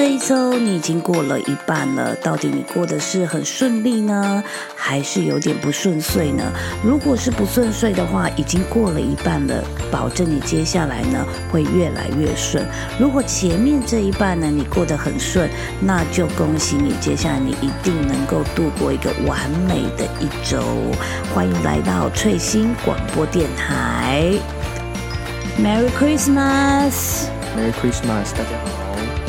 这一周你已经过了一半了，到底你过的是很顺利呢，还是有点不顺遂呢？如果是不顺遂的话，已经过了一半了，保证你接下来呢会越来越顺。如果前面这一半呢你过得很顺，那就恭喜你，接下来你一定能够度过一个完美的一周。欢迎来到翠星广播电台。Merry Christmas！Merry Christmas， 大家好。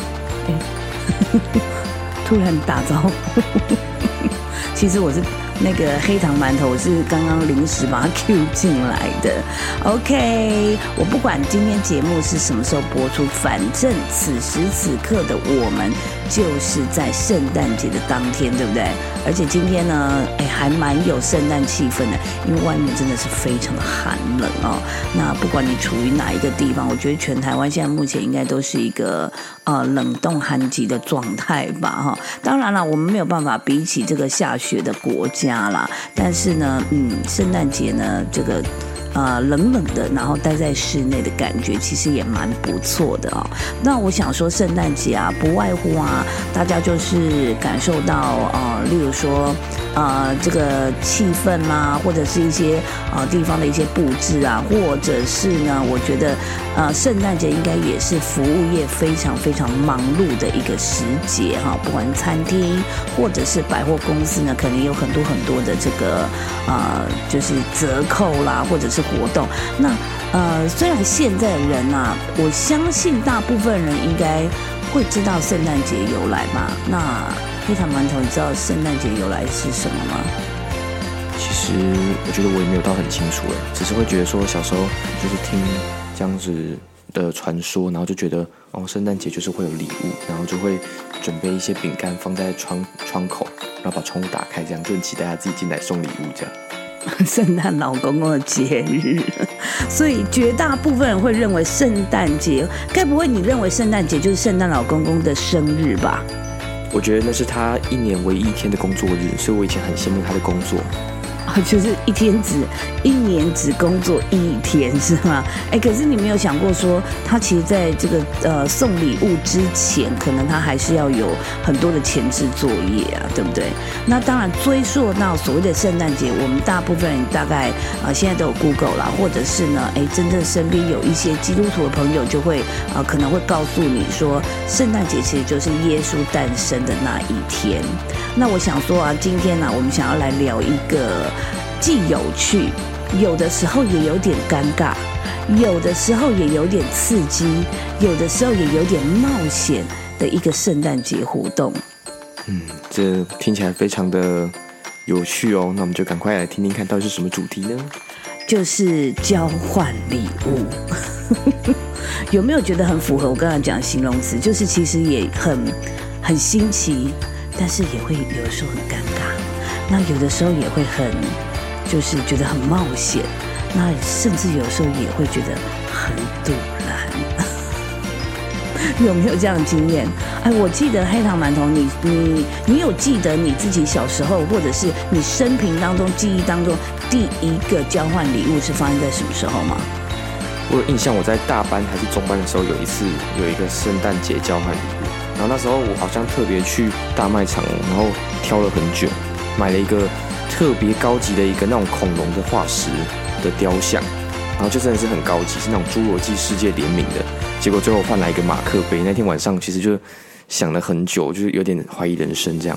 突然打招呼，其实我是那个黑糖馒头，我是刚刚临时把它 Q 进来的。OK， 我不管今天节目是什么时候播出，反正此时此刻的我们就是在圣诞节的当天，对不对？而且今天呢，还蛮有圣诞气氛的，因为外面真的是非常的寒冷哦。那不管你处于哪一个地方，我觉得全台湾现在目前应该都是一个冷冻寒极的状态吧，哈。当然了，我们没有办法比起这个下雪的国家啦，但是呢，圣诞节呢，这个冷冷的，然后待在室内的感觉其实也蛮不错的哦。那我想说，圣诞节啊，不外乎啊，大家就是感受到例如说这个气氛啦，或者是一些地方的一些布置啊，或者是呢，我觉得圣诞节应该也是服务业非常非常忙碌的一个时节哈，不管是餐厅或者是百货公司呢，可能有很多很多的这个就是折扣啦，或者是活动。那虽然现在的人啊，我相信大部分人应该会知道圣诞节由来嘛。那黑糖馒头，你知道圣诞节由来是什么吗？ 其实我觉得我也没有到很清楚只是会觉得说小时候就是听这样子的传说，然后就觉得圣诞节就是会有礼物，然后就会准备一些饼干放在窗口，然后把窗户打开，这样就很期待他自己进来送礼物这样。 圣诞老公公的节日，所以绝大部分人会认为圣诞节，该不会你认为圣诞节就是圣诞老公公的生日吧？ 我觉得那是他一年唯一一天的工作日，所以我以前很羡慕他的工作。 就是一年只工作一天是吗？可是你没有想过说，他其实在这个送礼物之前，可能他还是要有很多的前置作业啊，对不对？那当然追溯到所谓的圣诞节，我们大部分人大概现在都有 Google 啦，或者是呢，真正身边有一些基督徒的朋友就会可能会告诉你说，圣诞节其实就是耶稣诞生的那一天。那我想说啊，今天呢，我们想要来聊一个既有趣，有的时候也有点尴尬，有的时候也有点刺激，有的时候也有点冒险的一个圣诞节活动。 这听起来非常的有趣哦。那我们就赶快来听听看，到底是什么主题呢？ 就是交换礼物。有没有觉得很符合我刚才讲的形容词？就是其实也很新奇，但是也会有的时候很尴尬，那有的时候也会就是觉得很冒险，那甚至有时候也会觉得很突然。有没有这样的经验？我记得黑糖馒头，你有记得你自己小时候，或者是你生平当中记忆当中第一个交换礼物是发生在什么时候吗？ 我有印象，我在大班还是中班的时候，有一次有一个圣诞节交换礼物，然后那时候我好像特别去大卖场，然后挑了很久，买了一个特别高级的一个那种恐龙的化石的雕像，然后就真的是很高级，是那种侏罗纪世界联名的。结果最后换来一个马克杯，那天晚上其实就想了很久，就是有点怀疑人生这样。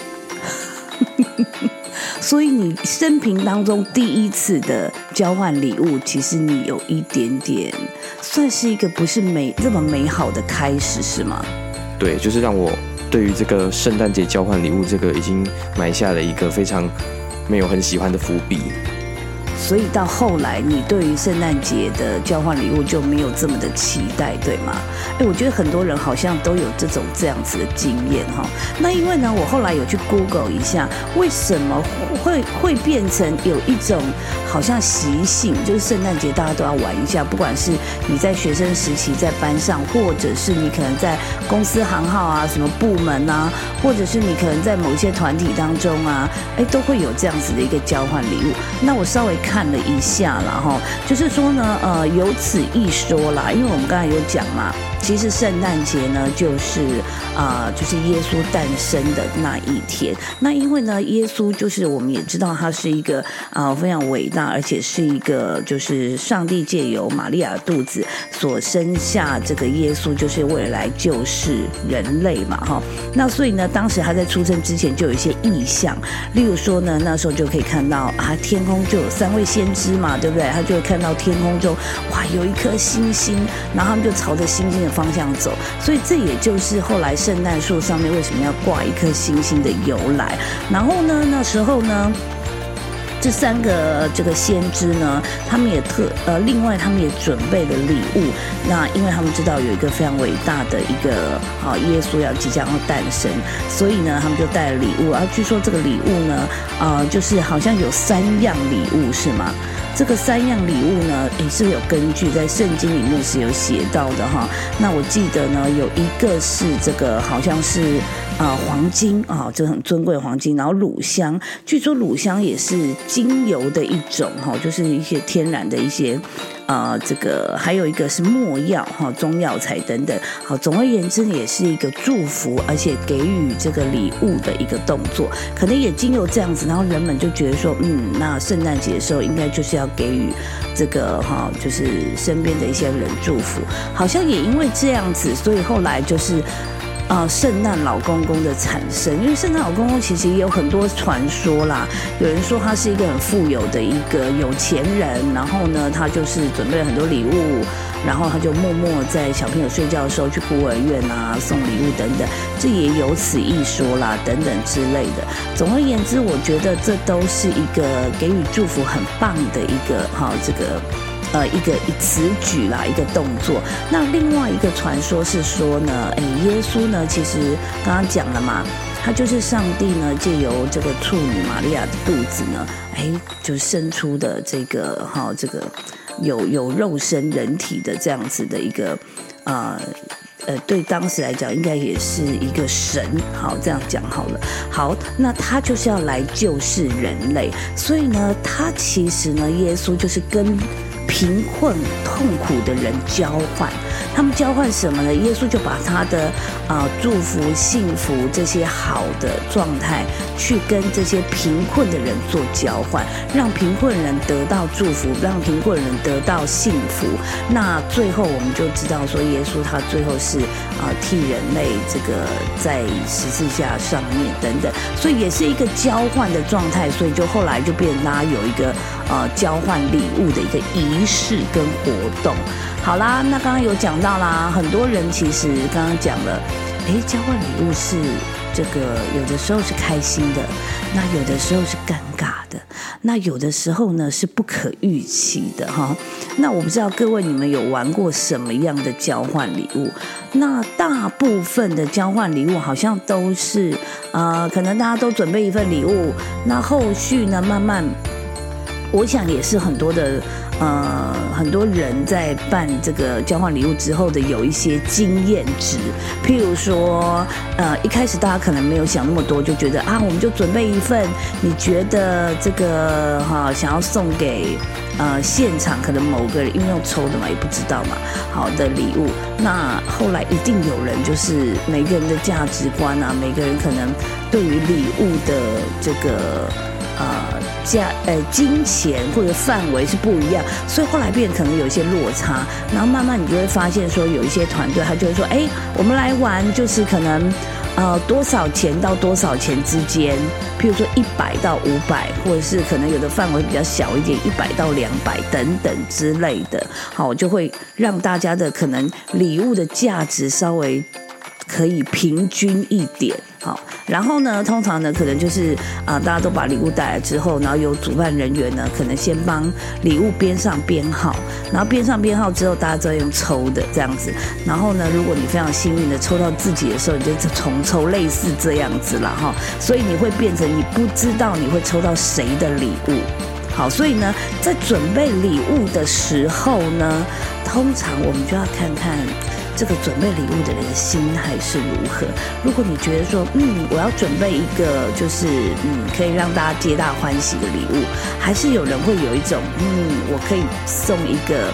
所以你生平当中第一次的交换礼物，其实你有一点点算是一个不是这么美好的开始，是吗？ 对，就是让我对于这个圣诞节交换礼物这个已经埋下了一个非常没有很喜欢的伏笔。 所以到后来，你对于圣诞节的交换礼物就没有这么的期待，对吗？我觉得很多人好像都有这样子的经验哈。那因为呢，我后来有去 Google 一下，为什么会变成有一种好像习性，就是圣诞节大家都要玩一下，不管是你在学生时期在班上，或者是你可能在公司行号啊、什么部门啊，或者是你可能在某一些团体当中啊，都会有这样子的一个交换礼物。那我稍微看了一下啦齁，就是说呢，有此一说啦，因为我们刚才有讲嘛，其实圣诞节呢就是就是耶稣诞生的那一天。那因为呢，耶稣就是我们也知道他是一个非常伟大，而且是一个就是上帝借由玛利亚的肚子所生下这个耶稣，就是为了来救世人类嘛哈。那所以呢，当时他在出生之前就有一些异象，例如说呢，那时候就可以看到天空就有3位先知嘛，对不对？他就会看到天空中哇有一颗星星，然后他们就朝着星星的方向走，所以这也就是后来圣诞树上面为什么要挂一颗星星的由来。然后呢，那时候呢，这3个这个先知呢，他们也另外他们也准备了礼物。那因为他们知道有一个非常伟大的一个耶稣即将要诞生，所以呢，他们就带了礼物。据说这个礼物呢，就是好像有3样礼物是吗？这个3样礼物呢，也是有根据在圣经里面是有写到的哈。那我记得呢，有一个是这个好像是黄金这很尊贵的黄金，然后乳香，据说乳香也是精油的一种就是一些天然的一些这个还有一个是没药中药材等等。好，总而言之也是一个祝福，而且给予这个礼物的一个动作。可能也经由这样子，然后人们就觉得说，那圣诞节的时候应该就是要给予这个就是身边的一些人祝福。好像也因为这样子，所以后来就是圣诞老公公的产生。因为圣诞老公公其实也有很多传说啦，有人说他是一个很富有的一个有钱人，然后呢他就是准备了很多礼物，然后他就默默在小朋友睡觉的时候去孤儿院送礼物等等，这也有此一说啦等等之类的。总而言之，我觉得这都是一个给予祝福很棒的一个这个一个此举啦，一个动作。那另外一个传说是说呢，耶稣呢，其实刚刚讲了嘛，他就是上帝呢借由这个处女玛利亚的肚子呢，就生出的这个这个有肉身人体的这样子的一个对当时来讲应该也是一个神，好，这样讲好了。好，那他就是要来救世人类，所以呢，他其实呢，耶稣就是跟贫困痛苦的人交换。他们交换什么呢？耶稣就把他的祝福、幸福这些好的状态，去跟这些贫困的人做交换，让贫困人得到祝福，让贫困人得到幸福。那最后我们就知道说，耶稣他最后是替人类这个在十字架上面等等，所以也是一个交换的状态。所以就后来就变成大家有一个交换礼物的一个仪式跟活动。好啦，那刚刚有讲到啦，很多人其实刚刚讲了，交换礼物是这个有的时候是开心的，那有的时候是尴尬的，那有的时候呢是不可预期的哈。那我不知道各位你们有玩过什么样的交换礼物？那大部分的交换礼物好像都是可能大家都准备一份礼物，那后续呢慢慢，我想也是很多的很多人在办这个交换礼物之后的有一些经验值，譬如说一开始大家可能没有想那么多，就觉得我们就准备一份你觉得这个想要送给现场可能某个人因为用抽的嘛，也不知道嘛，好的礼物。那后来一定有人就是每个人的价值观每个人可能对于礼物的这个金钱或者范围是不一样，所以后来变可能有一些落差，然后慢慢你就会发现说，有一些团队他就会说，我们来玩，就是可能多少钱到多少钱之间，譬如说100到500，或者是可能有的范围比较小一点，100到200等等之类的，好，就会让大家的可能礼物的价值稍微可以平均一点。好，然后呢，通常呢，可能就是大家都把礼物带来之后，然后由主办人员呢，可能先帮礼物编上编号，然后编上编号之后，大家再用抽的这样子。然后呢，如果你非常幸运的抽到自己的时候，你就重抽，类似这样子啦哈。所以你会变成你不知道你会抽到谁的礼物。好，所以呢，在准备礼物的时候呢，通常我们就要看看这个准备礼物的人的心态是如何。如果你觉得说，我要准备一个就是可以让大家皆大欢喜的礼物，还是有人会有一种我可以送一个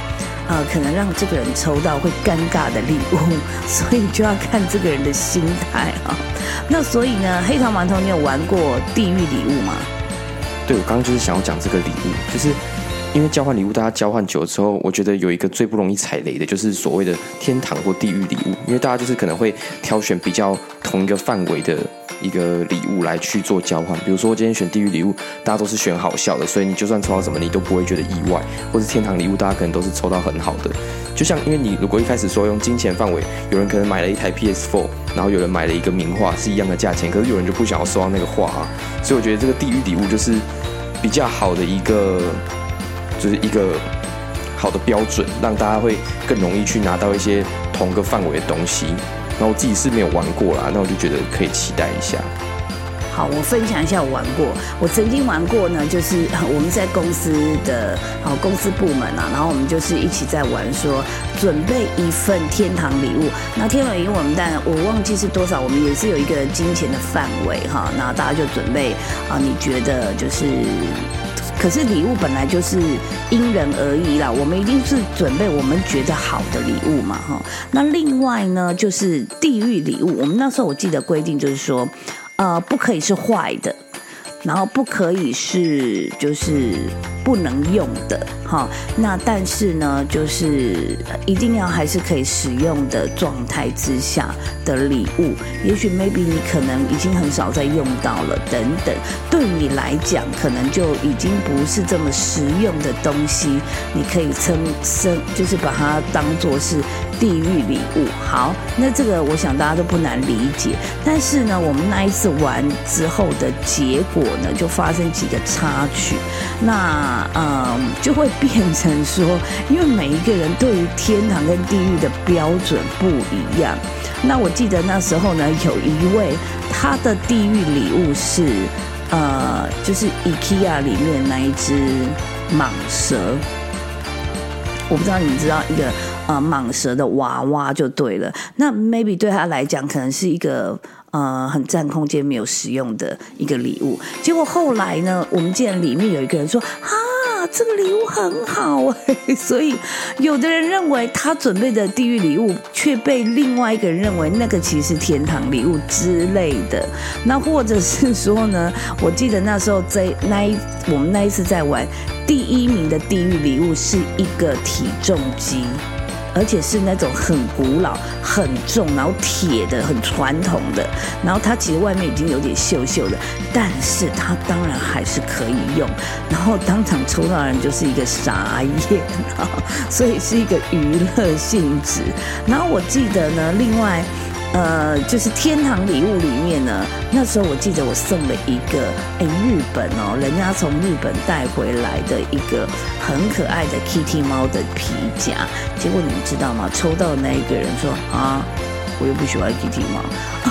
可能让这个人抽到会尴尬的礼物，所以就要看这个人的心态啊。那所以呢，黑糖馒头，你有玩过地狱礼物吗？ 对，我刚刚就是想要讲这个礼物，就是因为交换礼物，大家交换久了之后，我觉得有一个最不容易踩雷的，就是所谓的天堂或地狱礼物，因为大家就是可能会挑选比较同一个范围的一个礼物来去做交换。比如说我今天选地狱礼物，大家都是选好笑的，所以你就算抽到什么，你都不会觉得意外；或是天堂礼物，大家可能都是抽到很好的。就像因为你如果一开始说用金钱范围，有人可能买了一台 PS4， 然后有人买了一个名画是一样的价钱，可是有人就不想要收到那个画啊。所以我觉得这个地狱礼物就是比较好的一个。就是一个好的标准，让大家会更容易去拿到一些同个范围的东西。然后我自己是没有玩过啦，那我就觉得可以期待一下。 好，我分享一下我玩过。我曾经玩过呢，就是我们在公司的公司部门啊，然后我们就是一起在玩说准备一份天堂礼物。那天堂礼物我们当然我忘记是多少，我们也是有一个金钱的范围哈。那大家就准备你觉得就是。可是礼物本来就是因人而异啦，我们一定是准备我们觉得好的礼物嘛，哈。那另外呢，就是地狱礼物，我们那时候我记得规定就是说，不可以是坏的，然后不可以是就是不能用的，哈。那但是呢，就是一定要还是可以使用的状态之下的礼物，也许 maybe 你可能已经很少再用到了等等，对你来讲可能就已经不是这么实用的东西，你可以就是把它当作是地狱礼物。好，那这个我想大家都不难理解，但是呢，我们那一次玩之后的结果呢，就发生几个插曲，那就会变成说，因为每一个人对于天堂跟地狱的标准不一样。那我记得那时候呢，有一位他的地狱礼物是就是 IKEA 里面那一只蟒蛇，我不知道你知道一个蟒蛇的娃娃就对了。那 maybe 对他来讲可能是一个很占空间没有实用的一个礼物。结果后来呢，我们竟然里面有一个人说这个礼物很好所以有的人认为他准备的地狱礼物，却被另外一个人认为那个其实是天堂礼物之类的。那或者是说呢，我记得那时候我们那一次在玩，第一名的地狱礼物是一个体重机。而且是那种很古老、很重，然后铁的、很传统的，然后它其实外面已经有点锈锈的，但是它当然还是可以用。然后当场抽到的人就是一个傻眼，所以是一个娱乐性质。然后我记得呢，另外就是天堂礼物里面呢，那时候我记得我送了一个日本人家从日本带回来的一个很可爱的 Kitty 猫的皮夹，结果你们知道吗？抽到的那一个人说我又不喜欢 Kitty 猫，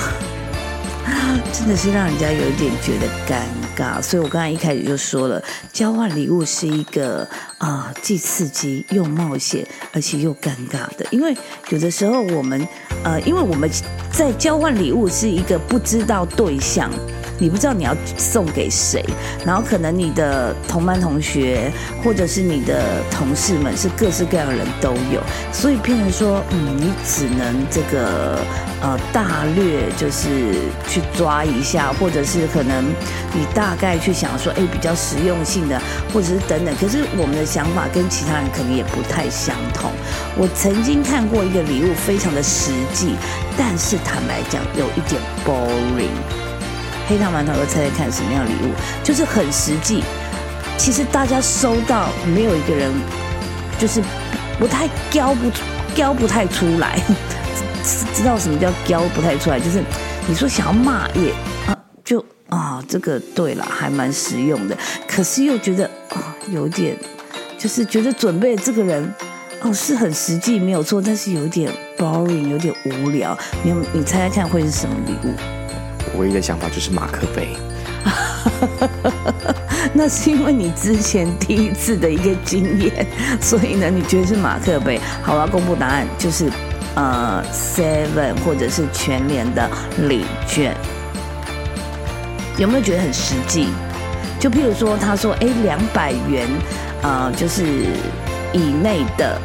真的是让人家有一点觉得尴尬。所以我刚才一开始就说了，交换礼物是一个既刺激又冒险而且又尴尬的，因为有的时候因为我们在交换礼物是一个不知道对象，你不知道你要送给谁，然后可能你的同班同学或者是你的同事们是各式各样的人都有，所以变成说你只能这个大略就是去抓一下，或者是可能你大概去想说比较实用性的，或者是等等。可是我们的想法跟其他人可能也不太相同。我曾经看过一个礼物非常的实际，但是坦白讲有一点 boring。黑糖馒头要猜猜看什么样的礼物，就是很实际。其实大家收到没有一个人就是不太教不太出来，知道什么叫教不太出来，就是你说想要骂也就这个对了，还蛮实用的，可是又觉得有点就是觉得准备这个人是很实际没有错，但是有点 boring， 有点无聊。你猜猜看会是什么礼物？ 唯一的想法就是马克杯。 那是因为你之前第一次的一个经验，所以呢你觉得是马克杯。好，我要公布答案，就是7或者是全联的礼券。有没有觉得很实际？就譬如说他说200元就是以内的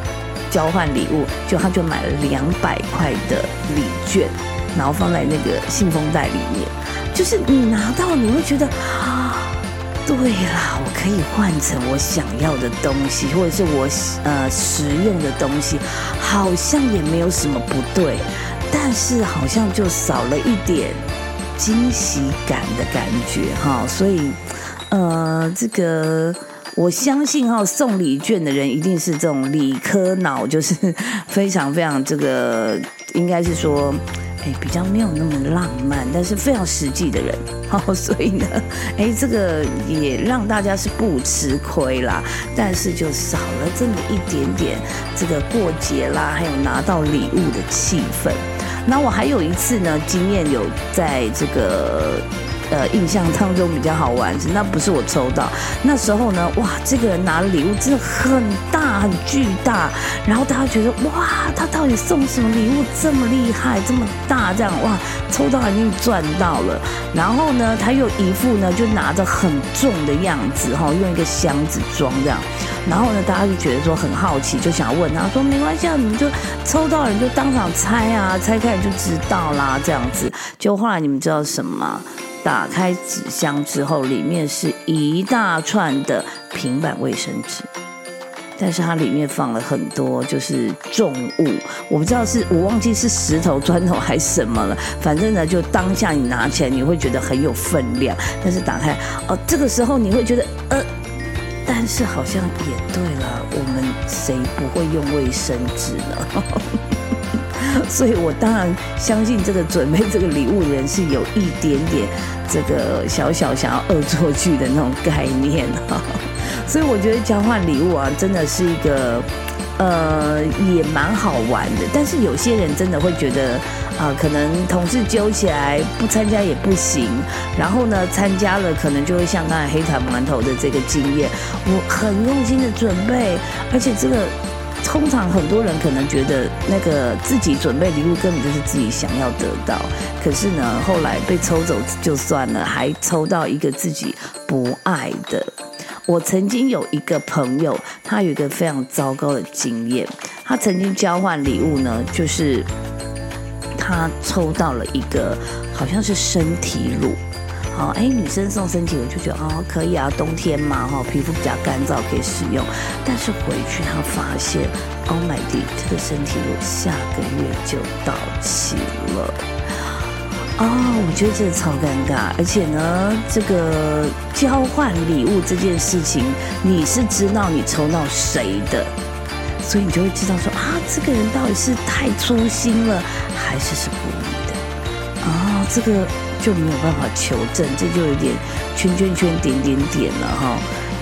交换礼物，他就买了200块的礼券，然后放在那个信封袋里面。就是你拿到，你会觉得啊，对啦，我可以换成我想要的东西，或者是我实用的东西，好像也没有什么不对，但是好像就少了一点惊喜感的感觉哈。所以这个我相信送礼券的人一定是这种理科脑，就是非常非常这个应该是说比较没有那么浪漫，但是非常实际的人。所以呢这个也让大家是不吃亏啦，但是就少了这么一点点这个过节啦，还有拿到礼物的气氛。那我还有一次呢经验有在这个印象当中比较好玩是，那不是我抽到，那时候呢，哇，这个人拿的礼物真的很大很巨大，然后大家觉得哇，他到底送什么礼物这么厉害这么大，这样哇，抽到一定赚到了。然后呢，他又一副呢就拿着很重的样子用一个箱子装这样。然后呢，大家就觉得说很好奇，就想问他说没关系啊，你们就抽到人就当场猜啊，猜开就知道啦，这样子。就后来你们知道什么吗？打开纸箱之后，里面是一大串的平板卫生纸，但是它里面放了很多就是重物，我不知道我忘记是石头、砖头还是什么了，反正呢，就当下你拿起来，你会觉得很有分量，但是打开这个时候你会觉得但是好像也对了，我们谁不会用卫生纸呢？所以我当然相信这个准备这个礼物的人是有一点点这个小小想要恶作剧的那种概念所以我觉得交换礼物啊，真的是一个也蛮好玩的。但是有些人真的会觉得可能同事揪起来不参加也不行，然后呢参加了可能就会像刚才黑糖馒头的这个经验，我很用心的准备，而且这个通常很多人可能觉得那个自己准备礼物根本就是自己想要得到，可是呢后来被抽走就算了，还抽到一个自己不爱的。我曾经有一个朋友，他有一个非常糟糕的经验，他曾经交换礼物呢，就是他抽到了一个好像是身体乳。女生送身体乳就觉得可以啊，冬天嘛皮肤比较干燥可以使用，但是回去他发现 Oh my god， 这个身体乳下个月就到期了。我觉得这个超尴尬，而且呢，这个交换礼物这件事情，你是知道你抽到谁的，所以你就会知道说这个人到底是太粗心了，还是故意的。这个就没有办法求证，这就有点圈圈圈点点点了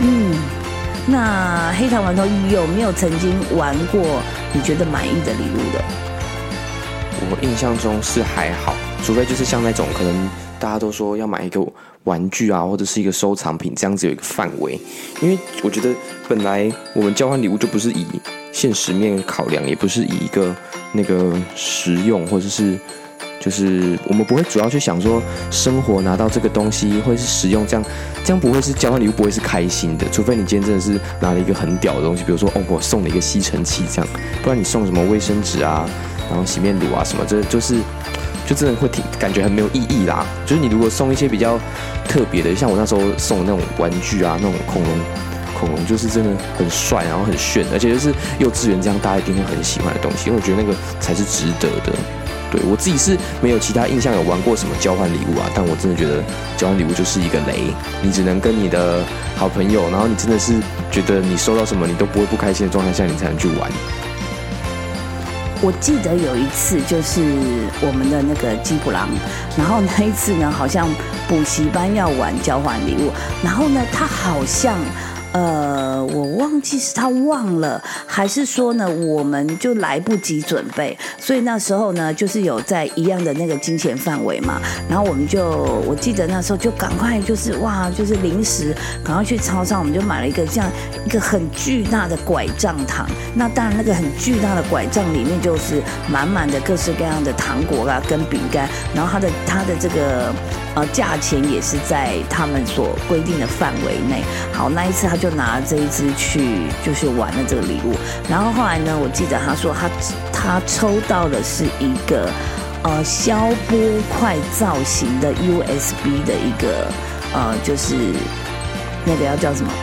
那黑糖馒头有没有曾经玩过你觉得满意的礼物的？ 我印象中是还好，除非就是像那种可能大家都说要买一个玩具啊，或者是一个收藏品，这样子有一个范围。因为我觉得本来我们交换礼物就不是以现实面考量，也不是以一个那个实用或者是就是我们不会主要去想说生活拿到这个东西会是实用，这样不会是交换礼物，不会是开心的。除非你今天真的是拿了一个很屌的东西，比如说我送了一个吸尘器这样，不然你送什么卫生纸啊，然后洗面乳啊什么，这就真的会感觉很没有意义啦。就是你如果送一些比较特别的，像我那时候送的那种玩具啊，那种恐龙就是真的很帅，然后很炫，而且就是幼稚园这样大家一定会很喜欢的东西，因为我觉得那个才是值得的。对，我自己是没有其他印象有玩过什么交换礼物啊，但我真的觉得交换礼物就是一个雷，你只能跟你的好朋友，然后你真的是觉得你收到什么你都不会不开心的状态下，你才能去玩。 我记得有一次就是我们的那个基普郎，然后那一次呢好像补习班要玩交换礼物，然后呢他好像我忘记是他忘了，还是说呢我们就来不及准备，所以那时候呢就是有在一样的那个金钱范围嘛，然后我记得那时候就赶快就是临时赶快去超商，我们就买了一个这样一个很巨大的拐杖糖。那当然那个很巨大的拐杖里面就是满满的各式各样的糖果啊跟饼干，然后它的这个价钱也是在他们所规定的范围内。好，那一次他就拿这一支去就是玩了这个礼物，然后后来呢，我记得他说他抽到的是一个消波块造型的 USB 的一个就是那个要叫什么？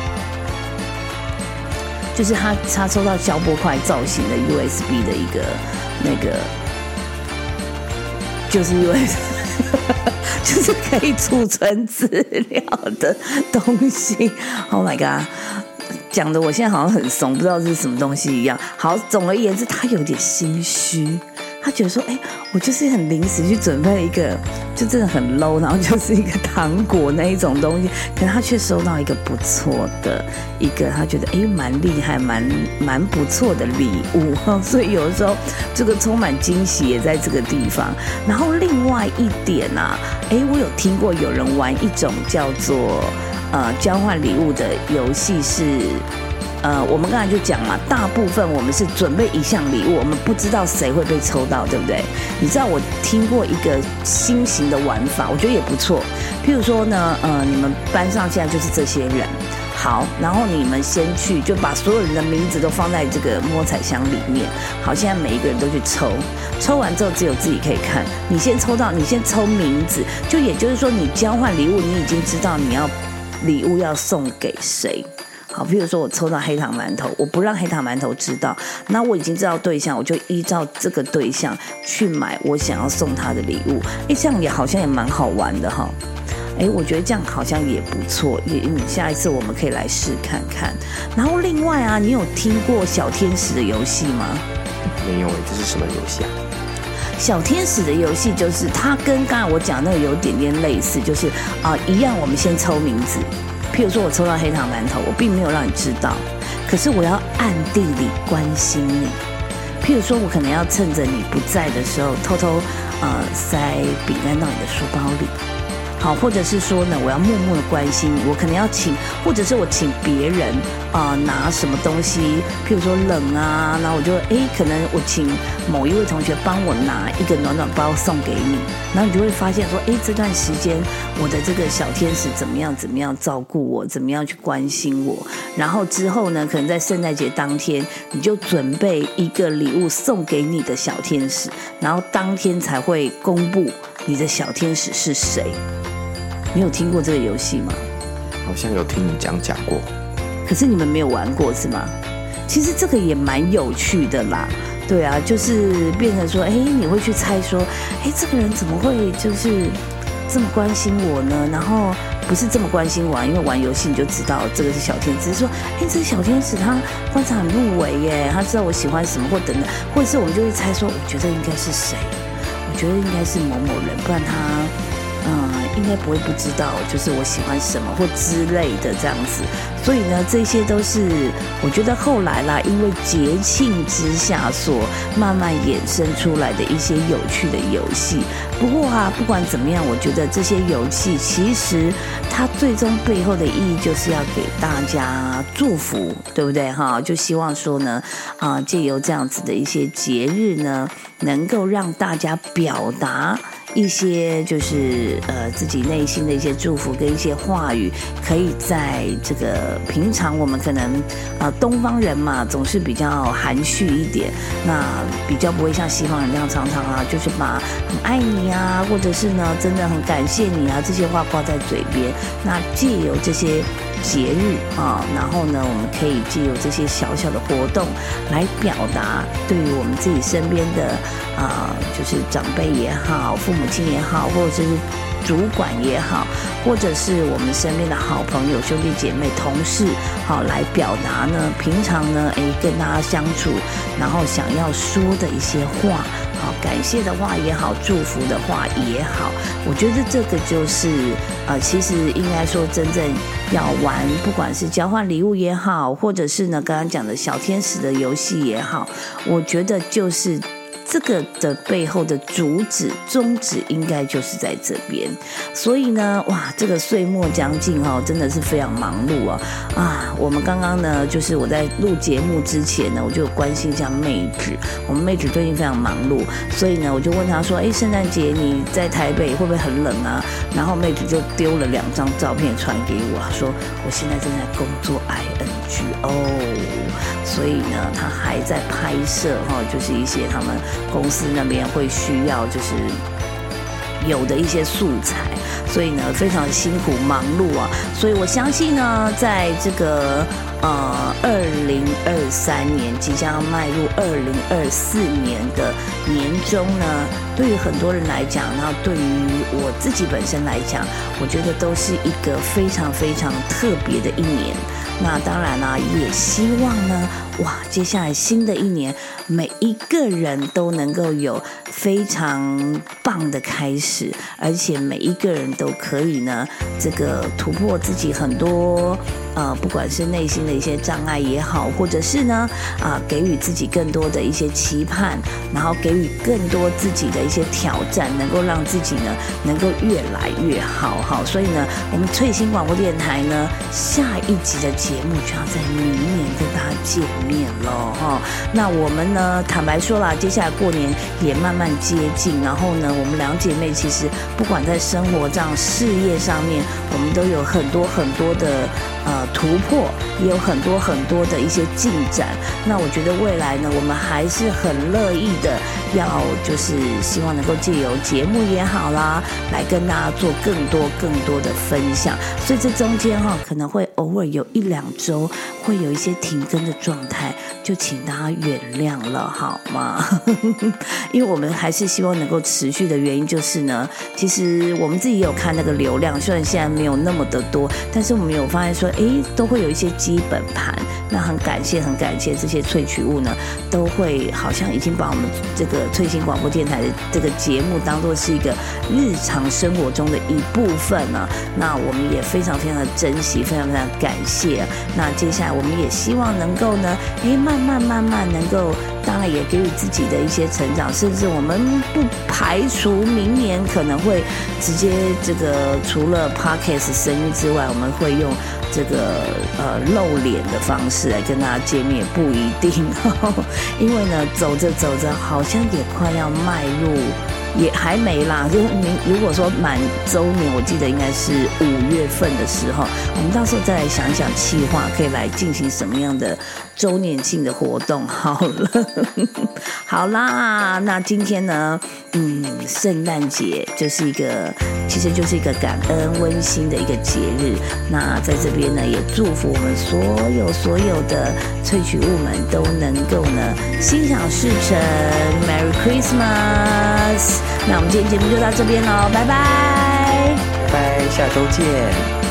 就是他抽到消波块造型的 USB 的一个那个，就是 USB 就是可以储存资料的东西。Oh my god！ 讲的我现在好像很怂，不知道这是什么东西一样。好，总而言之，他有点心虚。他觉得说，我就是很临时去准备了一个，就真的很 low， 然后就是一个糖果那一种东西，可是他却收到一个不错的一个，他觉得蛮厉害、蛮不错的礼物，所以有的时候这个充满惊喜也在这个地方。然后另外一点啊，我有听过有人玩一种叫做交换礼物的游戏是。我们刚才就讲嘛，大部分我们是准备一项礼物，我们不知道谁会被抽到，对不对？你知道我听过一个新型的玩法，我觉得也不错。譬如说呢，你们班上现在就是这些人，好，然后你们先去就把所有人的名字都放在这个摸彩箱里面。好，现在每一个人都去抽，抽完之后只有自己可以看。你先抽到，你先抽名字，就也就是说你交换礼物，你已经知道你要礼物要送给谁。好，譬如说我抽到黑糖馒头，我不让黑糖馒头知道，那我已经知道对象，我就依照这个对象去买我想要送他的礼物。这样也好像也蛮好玩的哈。我觉得这样好像也不错，下一次我们可以来试看看。然后另外啊，你有听过小天使的游戏吗？ 没有，这是什么游戏啊？ 小天使的游戏就是它跟刚才我讲那个有点点类似，就是一样，我们先抽名字。譬如说我抽到黑糖馒头，我并没有让你知道，可是我要暗地里关心你。譬如说我可能要趁着你不在的时候，偷偷塞饼干到你的书包里。好，或者是说呢，我要默默的关心你，我可能要请，或者是我请别人拿什么东西，譬如说冷啊，然后我就可能我请某一位同学帮我拿一个暖暖包送给你，然后你就会发现说，这段时间我的这个小天使怎么样照顾我，怎么样去关心我，然后之后呢，可能在圣诞节当天，你就准备一个礼物送给你的小天使，然后当天才会公布你的小天使是谁。你有听过这个游戏吗？ 好像有听你讲过， 可是你们没有玩过是吗？其实这个也蛮有趣的啦，对啊，就是变成说，你会去猜说，这个人怎么会就是这么关心我呢？然后不是这么关心我因为玩游戏你就知道这个是小天使，说，这个小天使他观察很入微耶，他知道我喜欢什么或等等，或者是我们就会猜说，我觉得应该是谁？我觉得应该是某某人，不然他。应该不会不知道，就是我喜欢什么或之类的这样子。所以呢，这些都是我觉得后来啦，因为节庆之下所慢慢衍生出来的一些有趣的游戏。不过不管怎么样，我觉得这些游戏其实它最终背后的意义就是要给大家祝福，对不对哈？就希望说呢，借由这样子的一些节日呢，能够让大家表达一些就是自己内心的一些祝福跟一些话语，可以在这个平常我们可能东方人嘛，总是比较含蓄一点，那比较不会像西方人那样常常就是把很爱你啊，或者是呢真的很感谢你啊这些话挂在嘴边。那借由这些节日然后呢，我们可以借由这些小小的活动来表达对于我们自己身边的就是长辈也好，父母亲也好，或者是主管也好，或者是我们身边的好朋友、兄弟姐妹、同事，来表达呢，平常呢，跟大家相处，然后想要说的一些话，感谢的话也好，祝福的话也好，我觉得这个就是其实应该说真正要玩，不管是交换礼物也好，或者是呢刚刚讲的小天使的游戏也好，我觉得就是这个的背后的宗旨应该就是在这边。所以呢，哇，这个岁末将近真的是非常忙碌啊！我们刚刚呢，就是我在录节目之前呢，我就关心一下妹纸，我们妹纸最近非常忙碌，所以呢，我就问她说：“圣诞节你在台北会不会很冷啊？”然后妹纸就丢了2张照片传给我，说：“我现在正在工作 ing 所以呢，她还在拍摄就是一些他们公司那边会需要就是有的一些素材，所以呢非常辛苦忙碌啊。所以我相信呢，在这个2023年即将要迈入2024年的年中呢，对于很多人来讲，然后对于我自己本身来讲，我觉得都是一个非常非常特别的一年。那当然啦，也希望呢，接下来新的一年，每一个人都能够有非常棒的开始，而且每一个人都可以呢，这个突破自己很多不管是内心的一些障碍也好，或者是呢给予自己更多的一些期盼，然后给予更多自己的一些挑战，能够让自己呢能够越来越好。所以呢，我们翠星广播电台呢，下一集的节目就要在明年跟大家见面了那我们呢，坦白说啦，接下来过年也慢慢接近，然后呢，我们2姐妹其实不管在生活上、事业上面，我们都有很多的突破，也有很多的一些进展。那我觉得未来呢，我们还是很乐意的，要就是希望能够借由节目也好啦，来跟大家做更多的分享。所以这中间可能会偶尔有1-2周会有一些停更的状态，就请大家原谅了好吗？因为我们还是希望能够持续的原因就是呢，其实我们自己也有看那个流量，虽然现在没有那么的多，但是我们有发现说都会有一些基本盘。那很感谢这些萃取物呢，都会好像已经把我们这个翠星广播电台的这个节目当作是一个日常生活中的一部分呢。那我们也非常的珍惜，非常感谢。那接下来我们也希望能够呢，慢慢能够，当然也给予自己的一些成长，甚至我们不排除明年可能会直接这个除了 Podcast 声音之外，我们会用这个露脸的方式来跟大家见面，不一定因为呢走着好像也快要迈入，也还没啦，就是如果说满周年，我记得应该是5月份的时候，我们到时候再来想一想企划可以来进行什么样的周年庆的活动好了好啦，那今天呢圣诞节就是其实就是一个感恩温馨的一个节日。那在这边呢，也祝福我们所有的萃取物们都能够呢心想事成 ，Merry Christmas。那我们今天节目就到这边咯，拜拜， 拜拜，下周见。